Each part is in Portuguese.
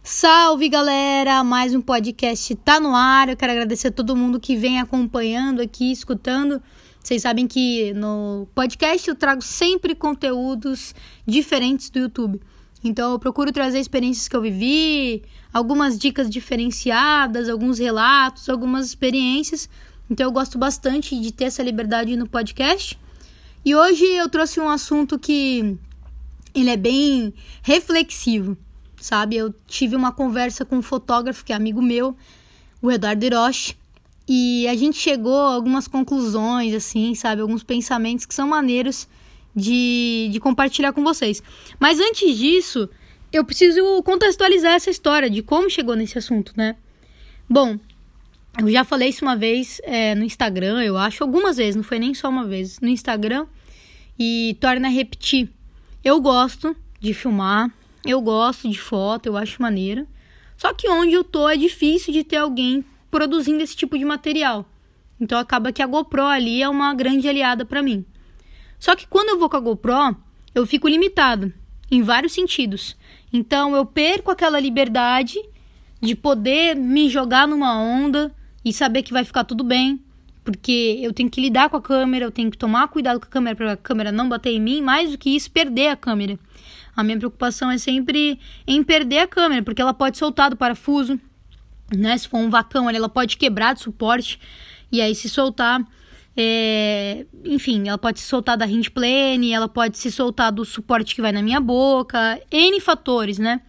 Salve, galera! Mais um podcast tá no ar. Eu quero agradecer a todo mundo que vem acompanhando aqui, escutando. Vocês sabem que no podcast eu trago sempre conteúdos diferentes do YouTube. Então eu procuro trazer experiências que eu vivi, algumas dicas diferenciadas, alguns relatos, algumas experiências. Então eu gosto bastante de ter essa liberdade no podcast. E hoje eu trouxe um assunto que ele é bem reflexivo. Sabe, eu tive uma conversa com um fotógrafo que é amigo meu, o Eduardo Hiroshi, e a gente chegou a algumas conclusões, assim, sabe, alguns pensamentos que são maneiros de compartilhar com vocês. Mas antes disso, eu preciso contextualizar essa história de como chegou nesse assunto, né? Bom, eu já falei isso uma vez no Instagram, eu acho, algumas vezes, não foi nem só uma vez, no Instagram, e torna a repetir. Eu gosto de filmar. Eu gosto de foto, eu acho maneiro. Só que onde eu tô é difícil de ter alguém produzindo esse tipo de material. Então acaba que a GoPro ali é uma grande aliada pra mim. Só que quando eu vou com a GoPro, eu fico limitado em vários sentidos. Então eu perco aquela liberdade de poder me jogar numa onda e saber que vai ficar tudo bem. Porque eu tenho que lidar com a câmera, eu tenho que tomar cuidado com a câmera para a câmera não bater em mim. Mais do que isso, perder a câmera. A minha preocupação é sempre em perder a câmera, porque ela pode soltar do parafuso, né? Se for um vacão ali, ela pode quebrar de suporte, e aí se soltar, enfim, ela pode se soltar da hinge plane, ela pode se soltar do suporte que vai na minha boca, N fatores, né?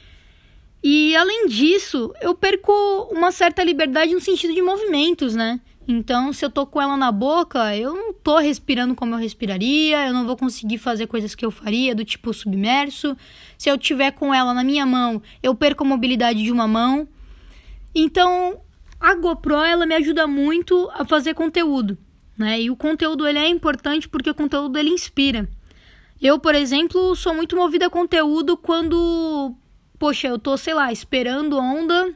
E além disso, eu perco uma certa liberdade no sentido de movimentos, né? Então, se eu tô com ela na boca, eu não tô respirando como eu respiraria, eu não vou conseguir fazer coisas que eu faria, do tipo submerso. Se eu tiver com ela na minha mão, eu perco a mobilidade de uma mão. Então, a GoPro, ela me ajuda muito a fazer conteúdo, né? E o conteúdo, ele é importante porque o conteúdo, ele inspira. Eu, por exemplo, sou muito movida a conteúdo quando, poxa, eu tô, sei lá, esperando onda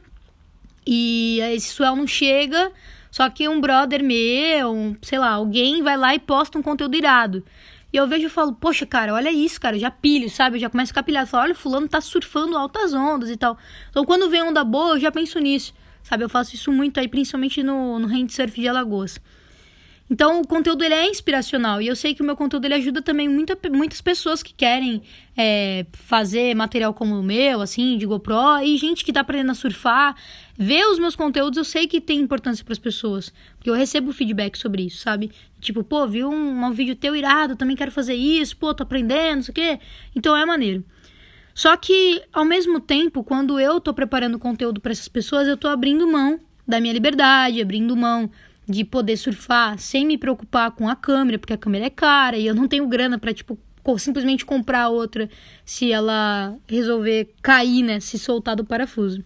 e esse swell não chega. Só que um brother meu, sei lá, alguém vai lá e posta um conteúdo irado. E eu vejo e falo, poxa, cara, olha isso, cara, eu já pilho, sabe? Eu já começo a ficar pilhado. Falo, olha, fulano tá surfando altas ondas e tal. Então, quando vem onda boa, eu já penso nisso, sabe? Eu faço isso muito aí, principalmente no handsurf de Alagoas. Então, o conteúdo, ele é inspiracional. E eu sei que o meu conteúdo, ele ajuda também muitas pessoas que querem fazer material como o meu, assim, de GoPro. E gente que tá aprendendo a surfar. Ver os meus conteúdos, eu sei que tem importância pras pessoas. Porque eu recebo feedback sobre isso, sabe? Tipo, pô, vi um vídeo teu irado, também quero fazer isso. Pô, tô aprendendo, não sei o quê. Então, é maneiro. Só que, ao mesmo tempo, quando eu tô preparando conteúdo pra essas pessoas, eu tô abrindo mão da minha liberdade, abrindo mão de poder surfar sem me preocupar com a câmera, porque a câmera é cara e eu não tenho grana pra, tipo, simplesmente comprar outra se ela resolver cair, né, se soltar do parafuso.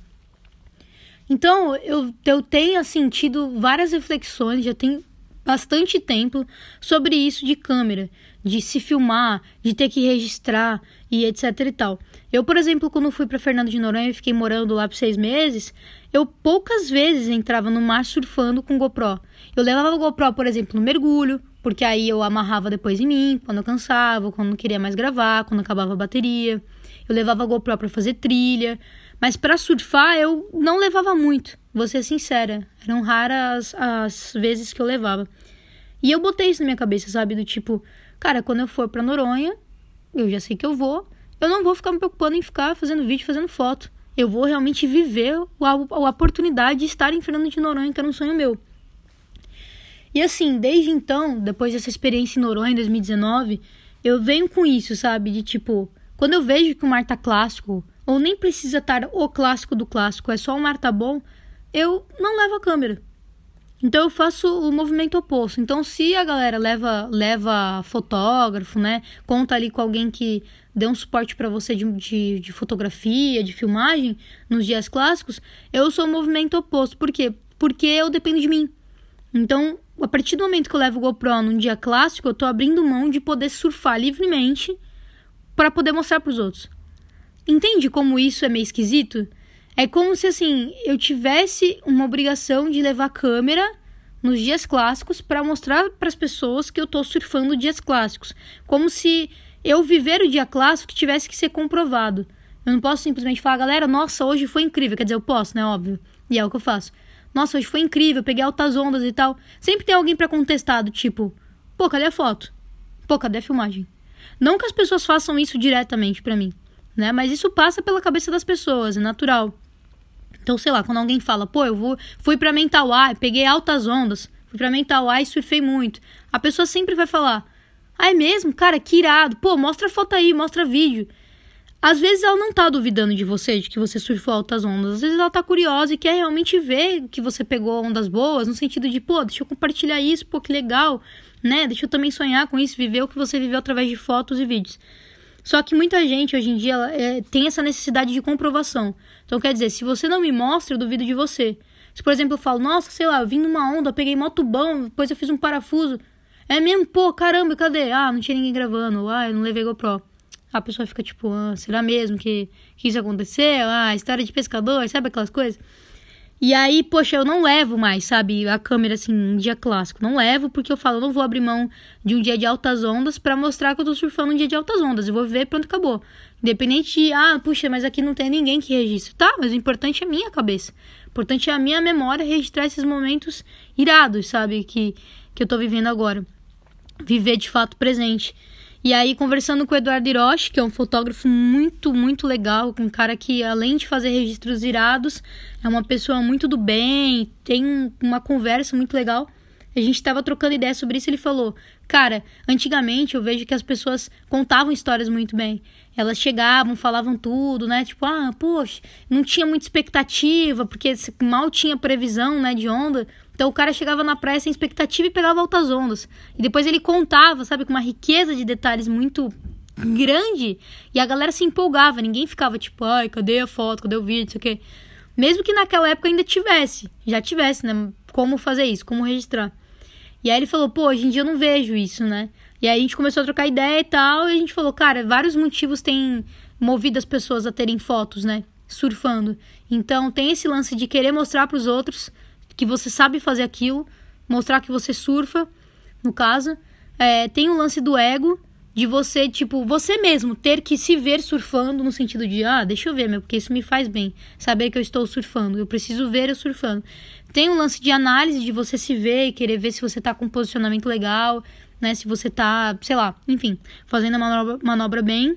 Então, eu tenho, assim, tido várias reflexões, já tem bastante tempo sobre isso de câmera, de se filmar, de ter que registrar e etc e tal. Eu, por exemplo, quando fui para Fernando de Noronha e fiquei morando lá por 6 meses, eu poucas vezes entrava no mar surfando com GoPro. Eu levava o GoPro, por exemplo, no mergulho, porque aí eu amarrava depois em mim, quando eu cansava, quando não queria mais gravar, quando acabava a bateria. Eu levava a GoPro para fazer trilha, mas para surfar eu não levava muito, vou ser sincera. Eram raras as vezes que eu levava. E eu botei isso na minha cabeça, sabe? Do tipo, cara, quando eu for pra Noronha, eu já sei que eu não vou ficar me preocupando em ficar fazendo vídeo, fazendo foto. Eu vou realmente viver a oportunidade de estar em Fernando de Noronha, que era um sonho meu. E assim, desde então, depois dessa experiência em Noronha, em 2019, eu venho com isso, sabe? De tipo, quando eu vejo que o mar tá clássico, ou nem precisa estar o clássico do clássico, é só o mar tá bom, eu não levo a câmera. Então eu faço o movimento oposto. Então se a galera leva fotógrafo, né, conta ali com alguém que dê um suporte para você de fotografia, de filmagem nos dias clássicos, eu sou o movimento oposto. Por quê? Porque eu dependo de mim. Então, a partir do momento que eu levo o GoPro num dia clássico, eu tô abrindo mão de poder surfar livremente para poder mostrar pros outros. Entende como isso é meio esquisito? É como se, assim, eu tivesse uma obrigação de levar câmera nos dias clássicos para mostrar para as pessoas que eu tô surfando dias clássicos. Como se eu viver o dia clássico tivesse que ser comprovado. Eu não posso simplesmente falar, galera, nossa, hoje foi incrível. Quer dizer, eu posso, né? Óbvio. E é o que eu faço. Nossa, hoje foi incrível, peguei altas ondas e tal. Sempre tem alguém pra contestar, do tipo, pô, cadê a foto? Pô, cadê a filmagem? Não que as pessoas façam isso diretamente pra mim, né? Mas isso passa pela cabeça das pessoas, é natural. Então, sei lá, quando alguém fala, pô, fui pra Mentawai, peguei altas ondas, fui pra Mentawai e surfei muito. A pessoa sempre vai falar, ah, é mesmo? Cara, que irado. Pô, mostra foto aí, mostra vídeo. Às vezes ela não tá duvidando de você, de que você surfou altas ondas. Às vezes ela tá curiosa e quer realmente ver que você pegou ondas boas, no sentido de, pô, deixa eu compartilhar isso, pô, que legal, né? Deixa eu também sonhar com isso, viver o que você viveu através de fotos e vídeos. Só que muita gente, hoje em dia, tem essa necessidade de comprovação. Então, quer dizer, se você não me mostra, eu duvido de você. Se, por exemplo, eu falo, nossa, sei lá, eu vim numa onda, eu peguei mó tubão, depois eu fiz um parafuso. É mesmo? Pô, caramba, cadê? Ah, não tinha ninguém gravando. Ah, eu não levei GoPro. A pessoa fica tipo, ah, será mesmo que isso aconteceu? Ah, história de pescador, sabe aquelas coisas? E aí, poxa, eu não levo mais, sabe, a câmera assim, um dia clássico. Não levo porque eu falo, eu não vou abrir mão de um dia de altas ondas pra mostrar que eu tô surfando um dia de altas ondas. Eu vou ver, pronto, acabou. Independente de, puxa, mas aqui não tem ninguém que registre. Tá, mas o importante é a minha cabeça. O importante é a minha memória registrar esses momentos irados, sabe, que eu tô vivendo agora. Viver de fato presente. E aí, conversando com o Eduardo Hiroshi, que é um fotógrafo muito, muito legal, um cara que, além de fazer registros irados, é uma pessoa muito do bem, tem uma conversa muito legal. A gente estava trocando ideia sobre isso e ele falou, cara, antigamente eu vejo que as pessoas contavam histórias muito bem. Elas chegavam, falavam tudo, né? Tipo, poxa, não tinha muita expectativa, porque mal tinha previsão, né, de onda. Então o cara chegava na praia sem expectativa e pegava altas ondas. E depois ele contava, sabe, com uma riqueza de detalhes muito grande. E a galera se empolgava. Ninguém ficava tipo, ai, cadê a foto, cadê o vídeo, não sei o quê. Mesmo que naquela época ainda já tivesse, né, como fazer isso, como registrar. E aí ele falou, pô, hoje em dia eu não vejo isso, né? E aí a gente começou a trocar ideia e tal. E a gente falou, cara, vários motivos têm movido as pessoas a terem fotos, né? Surfando. Então tem esse lance de querer mostrar pros outros que você sabe fazer aquilo, mostrar que você surfa, no caso. Tem o lance do ego, de você, tipo, você mesmo ter que se ver surfando, no sentido de, deixa eu ver, porque isso me faz bem, saber que eu estou surfando, eu preciso ver eu surfando. Tem um lance de análise, de você se ver e querer ver se você tá com um posicionamento legal, né, se você tá, sei lá, enfim, fazendo a manobra bem.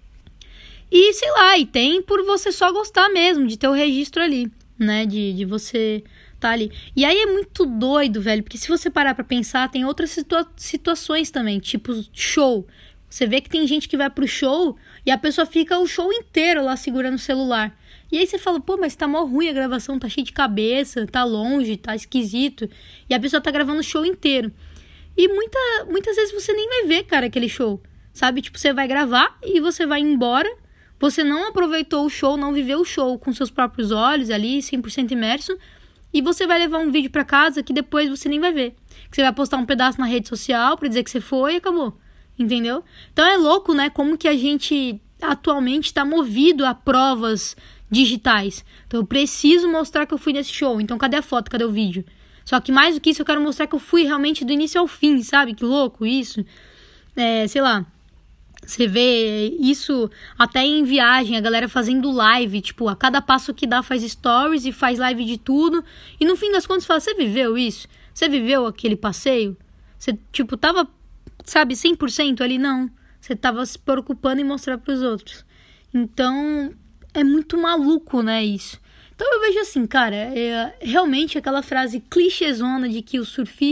E, sei lá, e tem por você só gostar mesmo, de ter o registro ali, né, de você tá ali. E aí é muito doido, velho, porque se você parar pra pensar, tem outras situações também, tipo show. Você vê que tem gente que vai pro show e a pessoa fica o show inteiro lá segurando o celular. E aí você fala, pô, mas tá mó ruim a gravação, tá cheio de cabeça, tá longe, tá esquisito. E a pessoa tá gravando o show inteiro. E muitas vezes você nem vai ver, cara, aquele show, sabe? Tipo, você vai gravar e você vai embora. Você não aproveitou o show, não viveu o show com seus próprios olhos ali, 100% imerso. E você vai levar um vídeo pra casa que depois você nem vai ver. Que você vai postar um pedaço na rede social pra dizer que você foi e acabou. Entendeu? Então é louco, né? Como que a gente atualmente tá movido a provas digitais. Então eu preciso mostrar que eu fui nesse show. Então cadê a foto? Cadê o vídeo? Só que mais do que isso eu quero mostrar que eu fui realmente do início ao fim, sabe? Que louco isso. Sei lá. Você vê isso até em viagem, a galera fazendo live, tipo, a cada passo que dá faz stories e faz live de tudo. E no fim das contas fala, você viveu isso? Você viveu aquele passeio? Você, tipo, tava, sabe, 100% ali? Não. Você tava se preocupando em mostrar pros outros. Então, é muito maluco, né, isso. Então eu vejo assim, cara, realmente aquela frase clichêzona de que o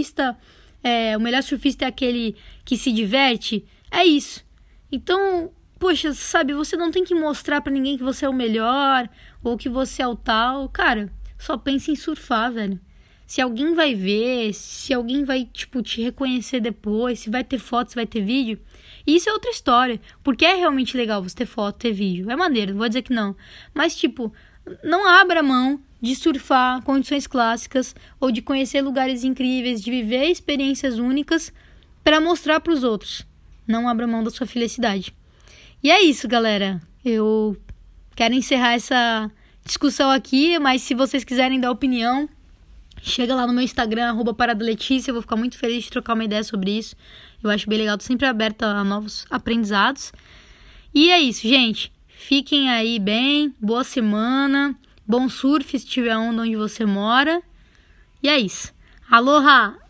melhor surfista é aquele que se diverte, é isso. Então, poxa, sabe, você não tem que mostrar pra ninguém que você é o melhor ou que você é o tal. Cara, só pense em surfar, velho. Se alguém vai ver, se alguém vai, tipo, te reconhecer depois, se vai ter foto, se vai ter vídeo, isso é outra história. Porque é realmente legal você ter foto, ter vídeo. É maneiro, não vou dizer que não. Mas, tipo, não abra mão de surfar condições clássicas ou de conhecer lugares incríveis, de viver experiências únicas pra mostrar pros outros. Não abra mão da sua felicidade. E é isso, galera. Eu quero encerrar essa discussão aqui, mas se vocês quiserem dar opinião, chega lá no meu Instagram, @paradaletícia. Eu vou ficar muito feliz de trocar uma ideia sobre isso. Eu acho bem legal, tô sempre aberta a novos aprendizados. E é isso, gente. Fiquem aí bem, boa semana, bom surf se tiver onda onde você mora. E é isso. Aloha!